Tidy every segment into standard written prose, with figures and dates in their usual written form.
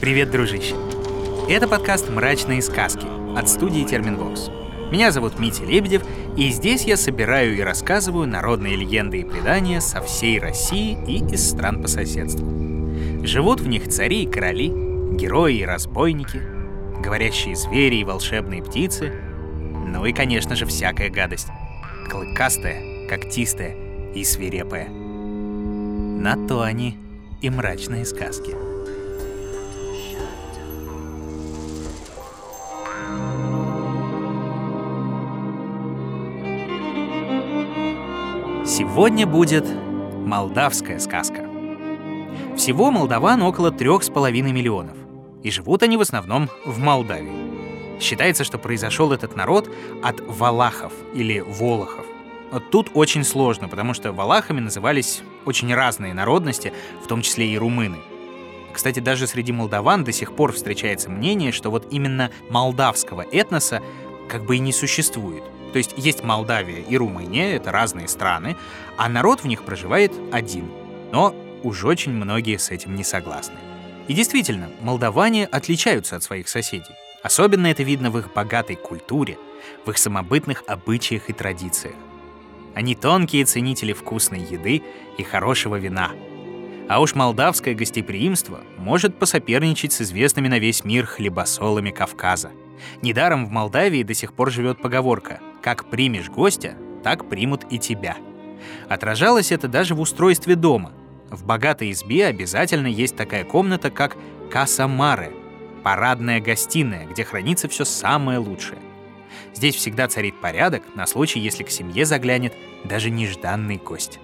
Привет, дружище! Это подкаст «Мрачные сказки» от студии Терминвокс. Меня зовут Митя Лебедев, и здесь я собираю и рассказываю народные легенды и предания со всей России и из стран по соседству. Живут в них цари и короли, герои и разбойники, говорящие звери и волшебные птицы, ну и, конечно же, всякая гадость. Клыкастая, когтистая и свирепая. На то они и мрачные сказки. Сегодня будет молдавская сказка. Всего молдаван около 3,5 миллионов, и живут они в основном в Молдавии. Считается, что произошел этот народ от валахов или волохов. Тут очень сложно, потому что валахами назывались очень разные народности, в том числе и румыны. Кстати, даже среди молдаван до сих пор встречается мнение, что вот именно молдавского этноса как бы и не существует. То есть есть Молдавия и Румыния, это разные страны, а народ в них проживает один. Но уж очень многие с этим не согласны. И действительно, молдаване отличаются от своих соседей. Особенно это видно в их богатой культуре, в их самобытных обычаях и традициях. Они тонкие ценители вкусной еды и хорошего вина. А уж молдавское гостеприимство может посоперничать с известными на весь мир хлебосолами Кавказа. Недаром в Молдавии до сих пор живет поговорка «Как примешь гостя, так примут и тебя». Отражалось это даже в устройстве дома. В богатой избе обязательно есть такая комната, как «Каса Маре» — парадная гостиная, где хранится все самое лучшее. Здесь всегда царит порядок на случай, если к семье заглянет даже нежданный гость.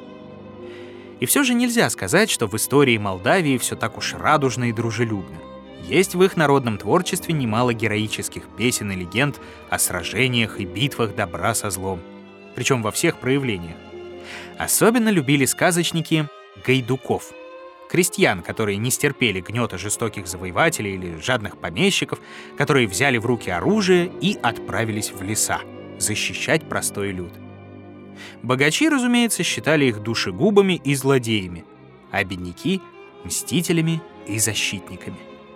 И все же нельзя сказать, что в истории Молдавии все так уж радужно и дружелюбно. Есть в их народном творчестве немало героических песен и легенд о сражениях и битвах добра со злом, причем во всех проявлениях. Особенно любили сказочники гайдуков, крестьян, которые не стерпели гнета жестоких завоевателей или жадных помещиков, которые взяли в руки оружие и отправились в леса защищать простой люд. Богачи, разумеется, считали их душегубами и злодеями, а бедняки — мстителями и защитниками.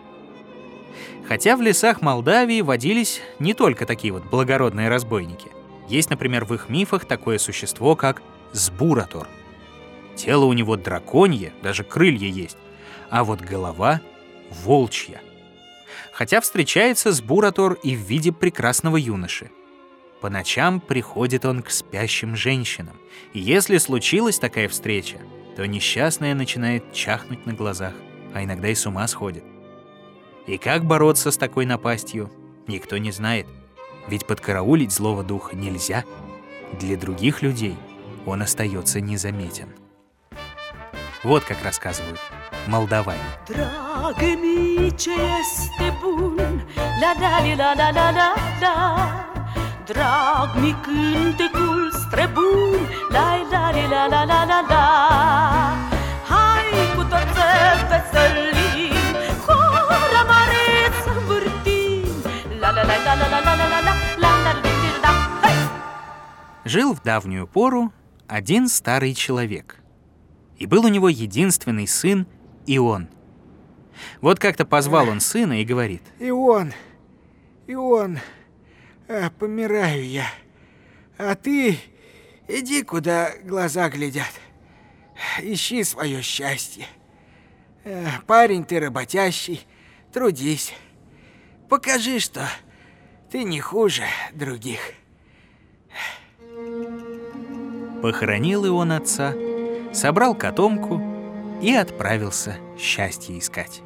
Хотя в лесах Молдавии водились не только такие вот благородные разбойники. Есть, например, в их мифах такое существо, как Сбуратор. Тело у него драконье, даже крылья есть, а вот голова — волчья. Хотя встречается Сбуратор и в виде прекрасного юноши. По ночам приходит он к спящим женщинам, и если случилась такая встреча, то несчастная начинает чахнуть на глазах, а иногда и с ума сходит. И как бороться с такой напастью, никто не знает, ведь подкараулить злого духа нельзя. Для других людей он остается незаметен. Вот как рассказывают молдаване. Drag mi cântecul străbun, la-i-la-li-la-la-la-la-la. Hai cu toți să veselim, hora mare să vârtim, la-la-la-la-la-la-la-la-la-la-la-la-la. Жил в давнюю пору один старый человек. И был у него единственный сын Ион. Вот как-то позвал он сына и говорит: Ион, помираю я, а ты иди, куда глаза глядят. Ищи свое счастье. Парень ты работящий, трудись. Покажи, что ты не хуже других. Похоронил Ион отца, собрал котомку и отправился счастье искать.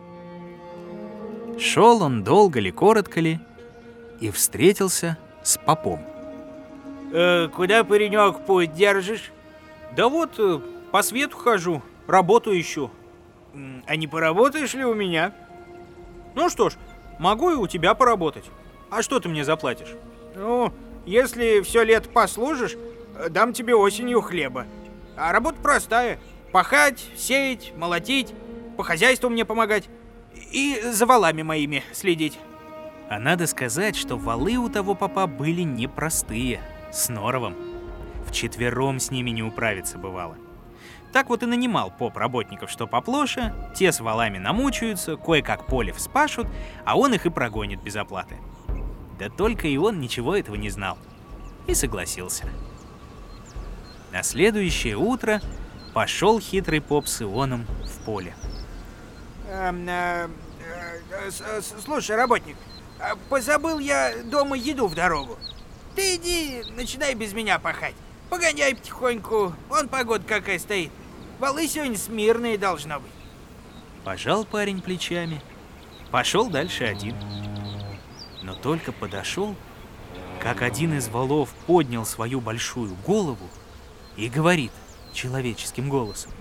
Шел он долго ли, коротко ли, и встретился с попом. Куда, паренек, путь держишь? Да вот, по свету хожу, работу ищу. А не поработаешь ли у меня? Ну что ж, могу и у тебя поработать. А что ты мне заплатишь? Ну, если все лето послужишь, дам тебе осенью хлеба. А работа простая. Пахать, сеять, молотить, по хозяйству мне помогать и за валами моими следить. А надо сказать, что валы у того попа были непростые, с норовом. Вчетвером с ними не управиться бывало. Так вот и нанимал поп работников, что поплоше, те с валами намучаются, кое-как поле вспашут, а он их и прогонит без оплаты. Да только и он ничего этого не знал. И согласился. На следующее утро пошел хитрый поп с Ионом в поле. Слушай, работник, позабыл я дома еду в дорогу. Ты иди, начинай без меня пахать. Погоняй потихоньку, вон погода какая стоит. Валы сегодня смирные должно быть. Пожал парень плечами, пошел дальше один. Но только подошел, как один из валов поднял свою большую голову и говорит человеческим голосом: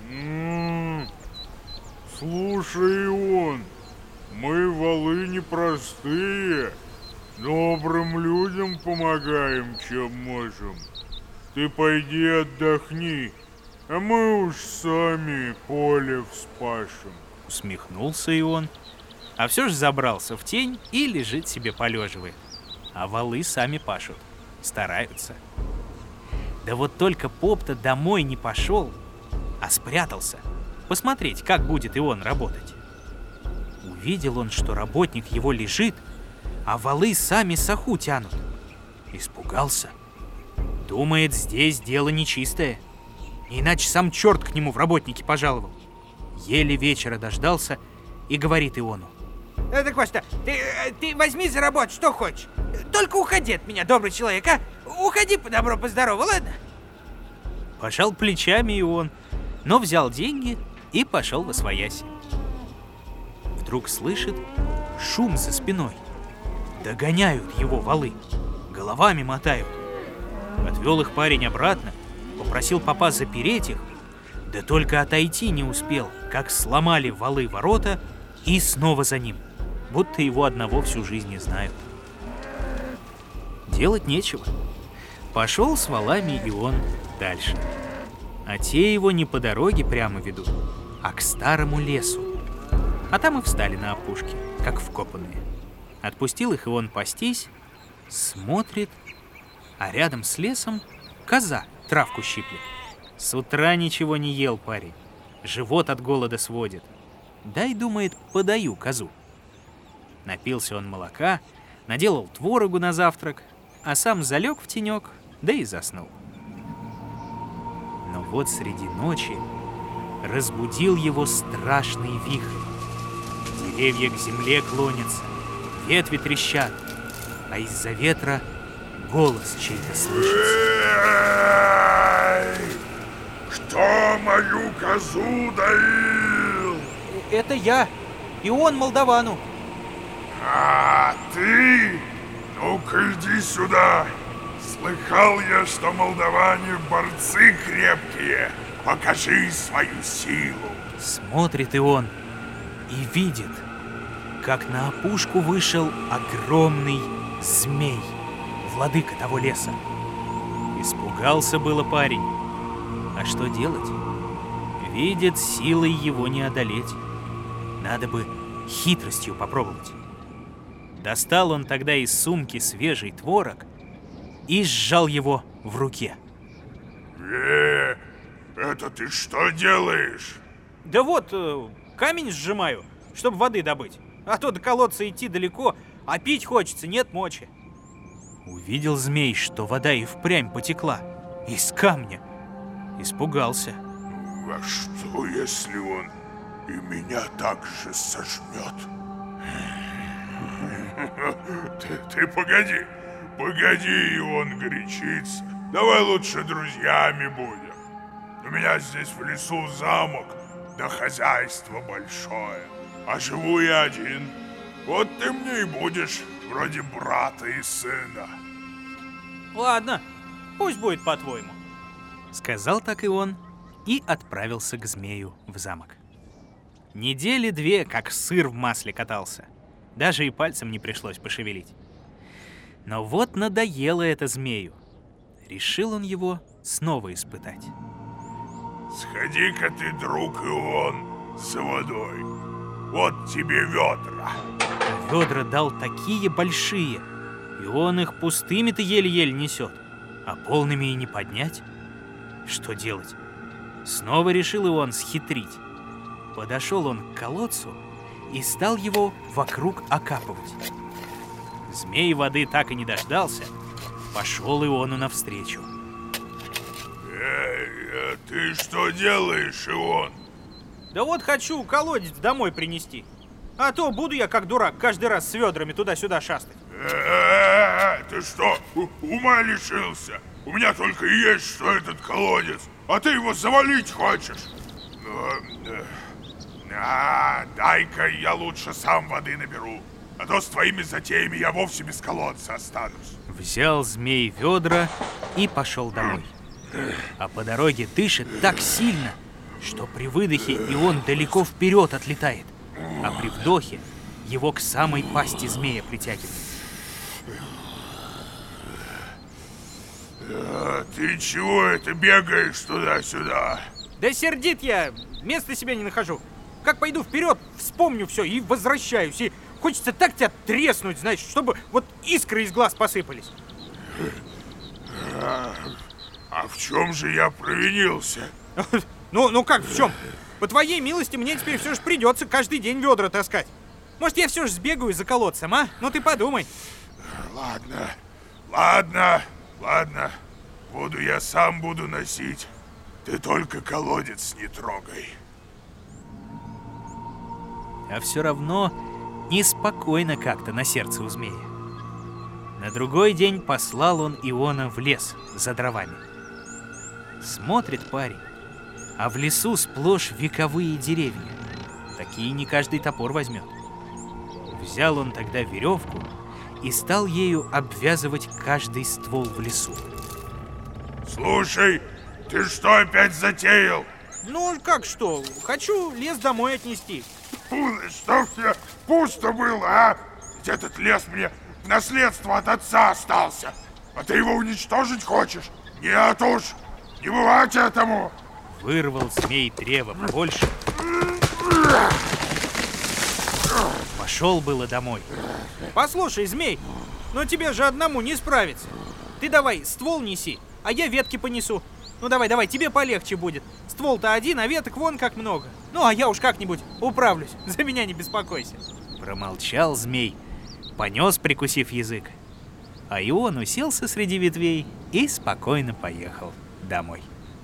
Слушай, Ион, мы валы непростые, добрым людям помогаем, чем можем. Ты пойди отдохни, а мы уж сами поле вспашем. Усмехнулся и он, а все же забрался в тень и лежит себе полеживает. А валы сами пашут, стараются. Да вот только поп-то домой не пошел, а спрятался, посмотреть, как будет и он работать. Увидел он, что работник его лежит, а валы сами саху тянут. Испугался. Думает, здесь дело нечистое. Иначе сам черт к нему в работники пожаловал. Еле вечера дождался и говорит Иону: Так вот что, ты возьми за работу, что хочешь. Только уходи от меня, добрый человек, а? Уходи по добру, по здорову, ладно? Пожал плечами и он, но взял деньги и пошел восвояси. Вдруг слышит шум за спиной. Догоняют его валы, головами мотают. Отвел их парень обратно, попросил попа запереть их, да только отойти не успел, как сломали валы ворота и снова за ним, будто его одного всю жизнь не знают. Делать нечего. Пошел с валами и он дальше. А те его не по дороге прямо ведут, а к старому лесу. А там и встали на опушке, как вкопанные. Отпустил их и он пастись, смотрит, а рядом с лесом коза травку щиплет. С утра ничего не ел парень, живот от голода сводит. Дай, думает, подаю козу. Напился он молока, наделал творогу на завтрак, а сам залег в тенек, да и заснул. Но вот среди ночи разбудил его страшный вихрь. Деревья к земле клонятся, ветви трещат, а из-за ветра голос чей-то слышится. Кто мою козу доил? Это я, Ион Молдавану. А ты? Ну-ка иди сюда. Слыхал я, что молдаване борцы крепкие. Покажи свою силу. Смотрит и он и видит, как на опушку вышел огромный змей, владыка того леса. Испугался было парень. А что делать? Видит, силой его не одолеть. Надо бы хитростью попробовать. Достал он тогда из сумки свежий творог и сжал его в руке. Это ты что делаешь? Да вот, камень сжимаю, чтобы воды добыть. А то до колодца идти далеко, а пить хочется, нет мочи. Увидел змей, что вода и впрямь потекла из камня. Испугался. А что, если он и меня так же сожмет? Ты погоди, и он горячится. Давай лучше друзьями будем. У меня здесь в лесу замок, да хозяйство большое. А живу я один. Вот ты мне и будешь вроде брата и сына. Ладно, пусть будет по-твоему. Сказал так и он и отправился к змею в замок. Недели две, как сыр в масле катался. Даже и пальцем не пришлось пошевелить. Но вот надоело это змею. Решил он его снова испытать. Сходи-ка ты, друг Ион, за водой. Вот тебе ведра. А ведра дал такие большие, и он их пустыми-то еле-еле несет, а полными и не поднять. Что делать? Снова решил и он схитрить. Подошел он к колодцу и стал его вокруг окапывать. Змей воды так и не дождался. Пошел Иону навстречу. Эй, а ты что делаешь, Ион? Да вот хочу колодец домой принести. А то буду я, как дурак, каждый раз с ведрами туда-сюда шастать. Ты что, ума лишился? У меня только и есть что этот колодец, а ты его завалить хочешь? Дай-ка я лучше сам воды наберу, а то с твоими затеями я вовсе без колодца останусь. Взял змей ведра и пошел домой. А по дороге дышит так сильно, что при выдохе Ион далеко вперед отлетает, а при вдохе его к самой пасти змея притягивает. Ты чего это бегаешь туда-сюда? Да сердит я, места себе не нахожу. Как пойду вперед, вспомню все и возвращаюсь. И хочется так тебя треснуть, знаешь, чтобы вот искры из глаз посыпались. А в чем же я провинился? Ну как в чем? По твоей милости мне теперь все же придется каждый день ведра таскать. Может, я все же сбегаю за колодцем, а? Ну ты подумай. Ладно. Я сам буду носить. Ты только колодец не трогай. А все равно неспокойно как-то на сердце у змея. На другой день послал он Иона в лес за дровами. Смотрит парень, а в лесу сплошь вековые деревья. Такие не каждый топор возьмет. Взял он тогда веревку и стал ею обвязывать каждый ствол в лесу. Слушай, ты что опять затеял? Ну как что? Хочу лес домой отнести. Чтоб тебе пусто было, а? Ведь этот лес мне в наследство от отца остался. А ты его уничтожить хочешь? Нет уж, не бывать этому. Вырвал змей древо побольше. Пошел было домой. Послушай, змей, но тебе же одному не справиться. Ты давай ствол неси, а я ветки понесу. Ну давай, тебе полегче будет. Ствол-то один, а веток вон как много. Ну а я уж как-нибудь управлюсь, за меня не беспокойся. Промолчал змей, понес, прикусив язык. А Ион уселся среди ветвей и спокойно поехал домой.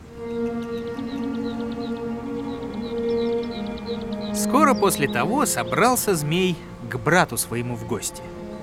Скоро после того собрался змей к брату своему в гости.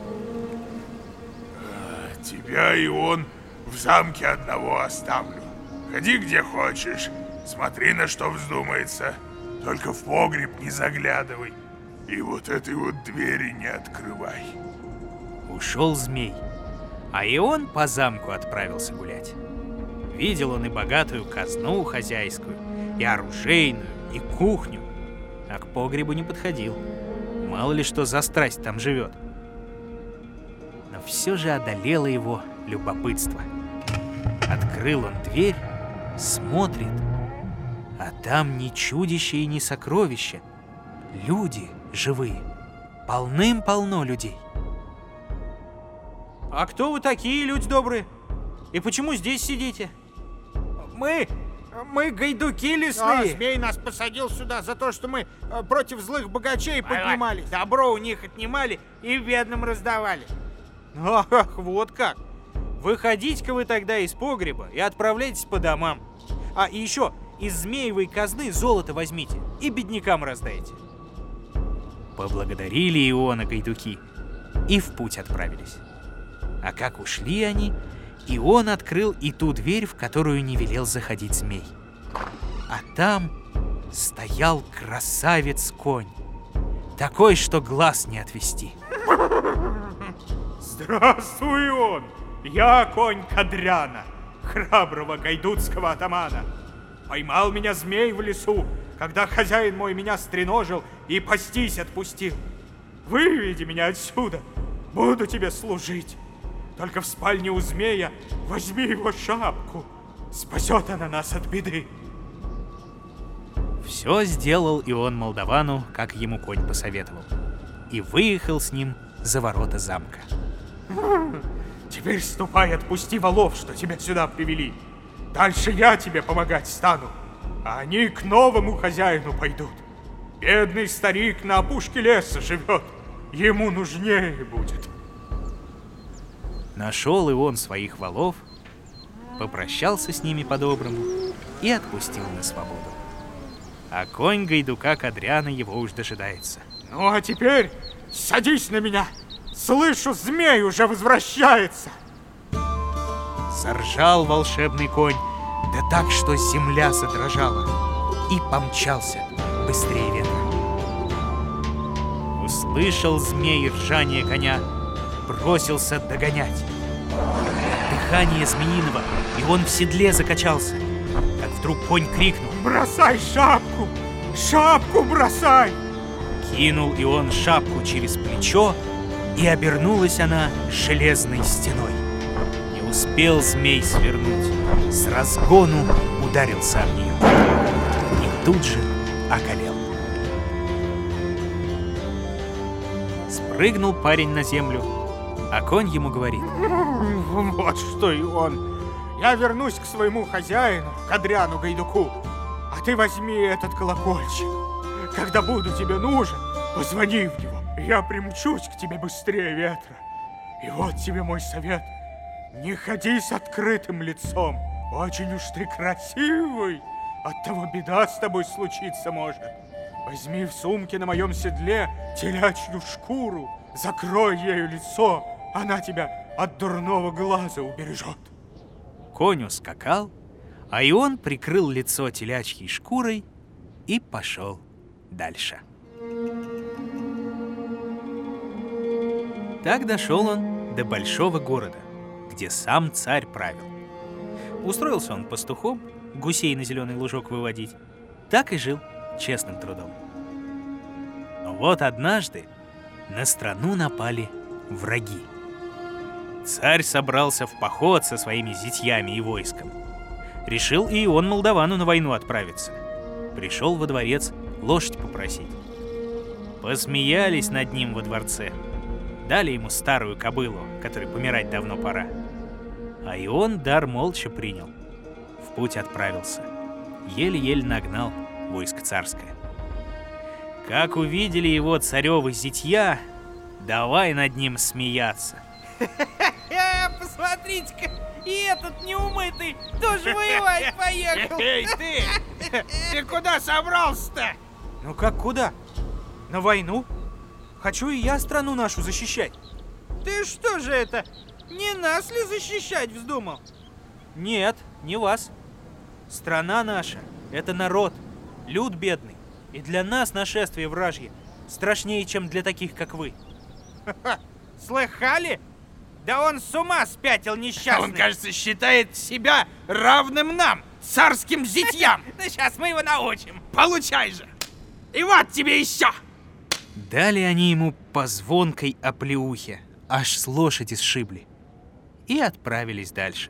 Тебя, Ион, в замке одного оставлю. Ходи где хочешь, смотри, на что вздумается. Только в погреб не заглядывай. И вот этой вот двери не открывай. Ушел змей, а Ион по замку отправился гулять. Видел он и богатую казну хозяйскую, и оружейную, и кухню, а к погребу не подходил. Мало ли что за страсть там живет. Но все же одолело его любопытство. Открыл он дверь, смотрит, а там ни чудище и ни сокровище. Люди живые, полным-полно людей. А кто вы такие, люди добрые? И почему здесь сидите? Мы гайдуки лесные. Змей нас посадил сюда за то, что мы против злых богачей поднимались. Добро у них отнимали и бедным раздавали. Ах, вот как. Выходите-ка вы тогда из погреба и отправляйтесь по домам. А и еще из змеевой казны золото возьмите и беднякам раздайте. Поблагодарили Иона гайдуки и в путь отправились. А как ушли они, Ион открыл и ту дверь, в которую не велел заходить змей. А там стоял красавец-конь, такой, что глаз не отвести. Здравствуй, Ион! Я конь Кадряна, храброго гайдутского атамана. Поймал меня змей в лесу, когда хозяин мой меня стреножил и пастись отпустил. Выведи меня отсюда, буду тебе служить. Только в спальне у змея возьми его шапку, спасет она нас от беды. Все сделал Ион молдавану, как ему конь посоветовал, и выехал с ним за ворота замка. Теперь ступай, отпусти волов, что тебя сюда привели. Дальше я тебе помогать стану. а они к новому хозяину пойдут. Бедный старик на опушке леса живет, ему нужнее будет. Нашел и он своих валов, попрощался с ними по-доброму и отпустил на свободу. А конь гайдука Кадряна его уж дожидается. Ну а теперь садись на меня. Слышу, змей уже возвращается. Заржал волшебный конь, да так, что земля задрожала, и помчался быстрее ветра. Услышал змей ржание коня, бросился догонять. Дыхание змеиного, и он в седле закачался, как вдруг конь крикнул: «Бросай шапку! Шапку бросай!» Кинул и он шапку через плечо, и обернулась она железной стеной. Не успел змей свернуть, с разгону ударился об нее и тут же околел. Спрыгнул парень на землю, а конь ему говорит: Вот что и он. Я вернусь к своему хозяину, Кадряну Гайдуку, а ты возьми этот колокольчик. Когда буду тебе нужен, позвони в него. Я примчусь к тебе быстрее ветра. И вот тебе мой совет. Не ходи с открытым лицом. Очень уж ты красивый. Оттого беда с тобой случиться может. Возьми в сумке на моем седле телячью шкуру. Закрой ею лицо. Она тебя от дурного глаза убережет. Конь ускакал, а и он прикрыл лицо телячьей шкурой и пошел дальше. Так дошел он до большого города, где сам царь правил. Устроился он пастухом, гусей на зеленый лужок выводить. Так и жил честным трудом. Но вот однажды на страну напали враги. Царь собрался в поход со своими зятьями и войском. Решил и он молдавану на войну отправиться. Пришел во дворец лошадь попросить. Посмеялись над ним во дворце. Дали ему старую кобылу, которой помирать давно пора. А и он дар молча принял. В путь отправился. Еле-еле нагнал войско царское. Как увидели его царевы зятья, давай над ним смеяться. Посмотрите-ка, и этот неумытый тоже воевать поехал. Эй, ты! Ты куда собрался-то? Ну как куда? На войну? Хочу и я страну нашу защищать. Ты что же это, не нас ли защищать вздумал? Нет, не вас. Страна наша — это народ, люд бедный. И для нас нашествие вражье страшнее, чем для таких, как вы. Слыхали? Да он с ума спятил несчастный. Он, кажется, считает себя равным нам, царским зятьям. Ну сейчас мы его научим. Получай же! И вот тебе еще! Дали они ему по звонкой оплеухе, аж с лошади сшибли, и отправились дальше.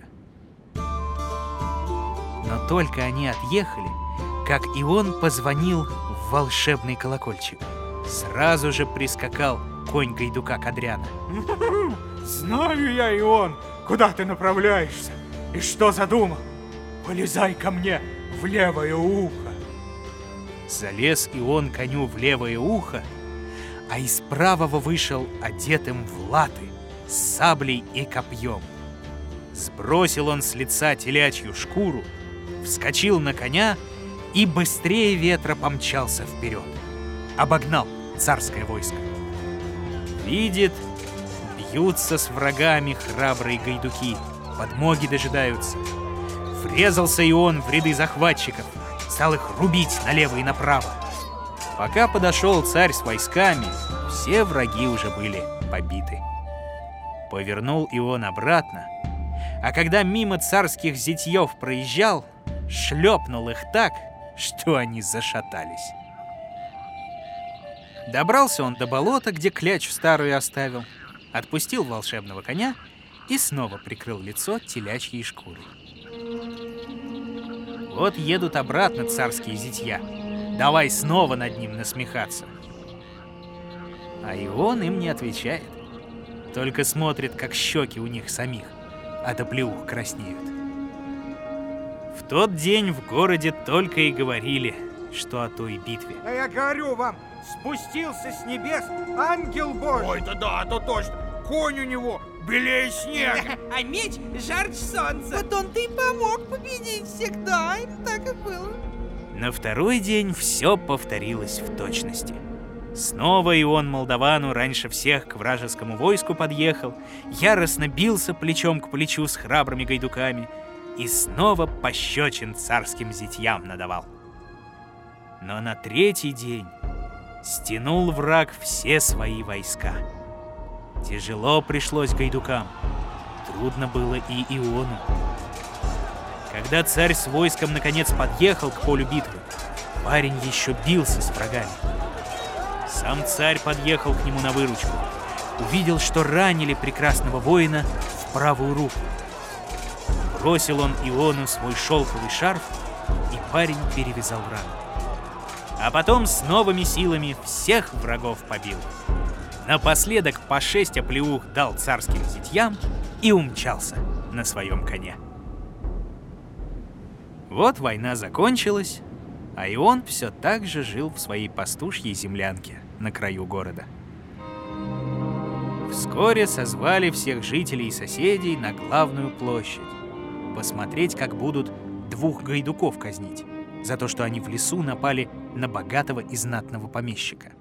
Но только они отъехали, как и он позвонил в волшебный колокольчик. Сразу же прискакал конь гайдука Кадряна. Знаю я, и он, куда ты направляешься и что задумал. Полезай ко мне в левое ухо. Залез и он коню в левое ухо, а из правого вышел одетым в латы, с саблей и копьем. Сбросил он с лица телячью шкуру, вскочил на коня и быстрее ветра помчался вперед. Обогнал царское войско. Видит, бьются с врагами храбрые гайдуки, подмоги дожидаются. Врезался и он в ряды захватчиков, стал их рубить налево и направо. Пока подошел царь с войсками, все враги уже были побиты. Повернул и он обратно, а когда мимо царских зятьев проезжал, шлепнул их так, что они зашатались. Добрался он до болота, где клячу старую оставил, отпустил волшебного коня и снова прикрыл лицо телячьей шкурой. Вот едут обратно царские зятья. Давай снова над ним насмехаться. А и он им не отвечает. Только смотрит, как щеки у них самих от оплеух краснеют. В тот день в городе только и говорили, что о той битве. А я говорю вам, спустился с небес ангел Божий. Ой, да, то точно. Конь у него белее снега. А меч жарче солнца. Вот он-то и помог победить всегда. Так и было. На второй день все повторилось в точности. Снова Иоанн Молдавану раньше всех к вражескому войску подъехал, яростно бился плечом к плечу с храбрыми гайдуками и снова пощечин царским зятьям надавал. Но на третий день стянул враг все свои войска. Тяжело пришлось гайдукам, трудно было и Иону. Когда царь с войском наконец подъехал к полю битвы, парень еще бился с врагами. Сам царь подъехал к нему на выручку, увидел, что ранили прекрасного воина в правую руку. Бросил он Иону свой шелковый шарф, и парень перевязал рану. А потом с новыми силами всех врагов побил. Напоследок по 6 оплеух дал царским зятьям и умчался на своем коне. Вот война закончилась, а Иоанн все так же жил в своей пастушьей землянке на краю города. Вскоре созвали всех жителей и соседей на главную площадь посмотреть, как будут 2 гайдуков казнить за то, что они в лесу напали на богатого и знатного помещика.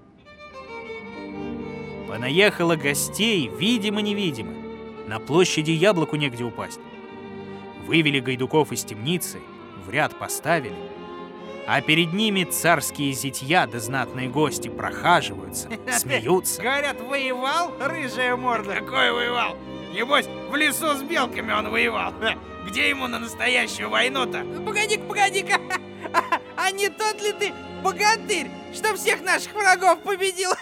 Понаехало гостей, видимо-невидимо. На площади яблоку негде упасть. Вывели гайдуков из темницы, в ряд поставили, а перед ними царские зятья да знатные гости прохаживаются, смеются. Говорят, воевал, рыжая морда? Какой воевал? Небось, в лесу с белками он воевал. Где ему на настоящую войну-то? Погоди-ка. А не тот ли ты богатырь, что всех наших врагов победил?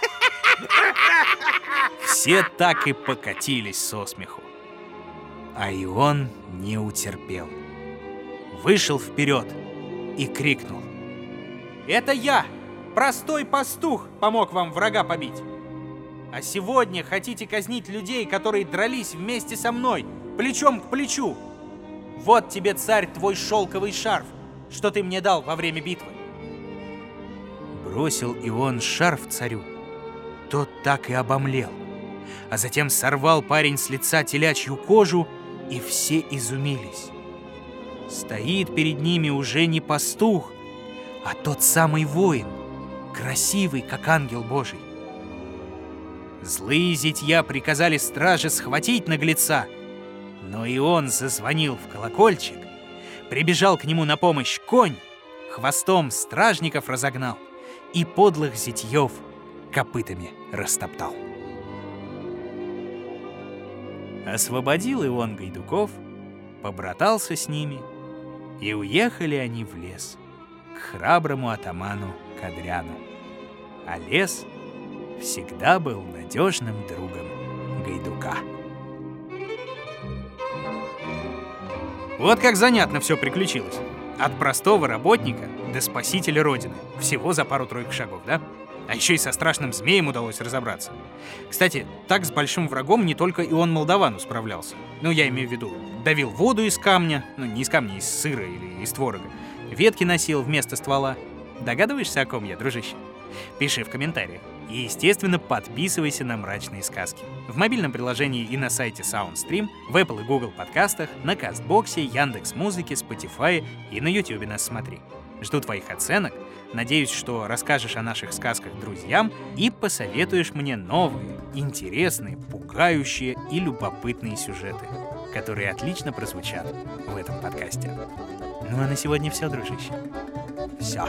Все так и покатились со смеху. А Иоанн не утерпел. Вышел вперед и крикнул: Это я, простой пастух, помог вам врага побить. А сегодня хотите казнить людей, которые дрались вместе со мной, плечом к плечу. Вот тебе, царь, твой шелковый шарф, что ты мне дал во время битвы. Бросил Иоанн шарф царю. Тот так и обомлел. А затем сорвал парень с лица телячью кожу, и все изумились. Стоит перед ними уже не пастух, а тот самый воин, красивый, как ангел Божий. Злые зятья приказали страже схватить наглеца, но Иоанн зазвонил в колокольчик, прибежал к нему на помощь конь, хвостом стражников разогнал и подлых зятьев копытами растоптал. Освободил Иоанн гайдуков, побратался с ними, и уехали они в лес к храброму атаману Кадряну. А лес всегда был надежным другом гайдука. Вот как занятно все приключилось. От простого работника до спасителя Родины. Всего за пару-тройку шагов, да? А еще и со страшным змеем удалось разобраться. Кстати, так с большим врагом не только Иоанн Молдавану справлялся. Ну, я имею в виду, давил воду из камня, ну, не из камня, из сыра или из творога. Ветки носил вместо ствола. Догадываешься, о ком я, дружище? Пиши в комментариях. И, естественно, подписывайся на «Мрачные сказки» в мобильном приложении и на сайте SoundStream, в Apple и Google подкастах, на Кастбоксе, Яндекс.Музыке, Spotify и на YouTube нас смотри. Жду твоих оценок, надеюсь, что расскажешь о наших сказках друзьям и посоветуешь мне новые, интересные, пугающие и любопытные сюжеты, которые отлично прозвучат в этом подкасте. Ну а на сегодня все, дружище. Все.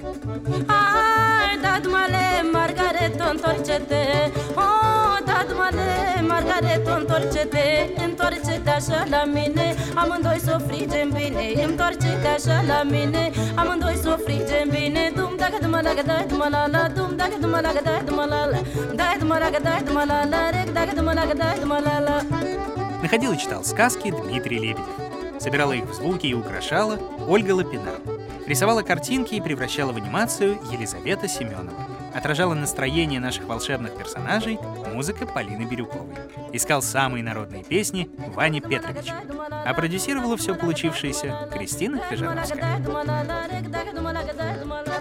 Dadmale Margaret întoarce-te, oh, Dadmale Margaret întoarce-te, întoarce-te așa la mine, amândoi s-o frigem bine, întoarce-te așa la mine, amândoi s-o frigem bine, dum dacă dumalaga dai dumalala, dum dacă dumalaga dai dumalala, dai dumalaga dai dumalala, рек dacă dumalaga dai dumalala. Находил и читал сказки Дмитрий Лебедев. Собирала их в звуки и украшала Ольга Лапина. Рисовала картинки и превращала в анимацию Елизавета Семенова. отражала настроение наших волшебных персонажей музыка Полины Бирюковой. Искал самые народные песни Ваня Петрович. А продюсировала все получившееся Кристина Крыжановская.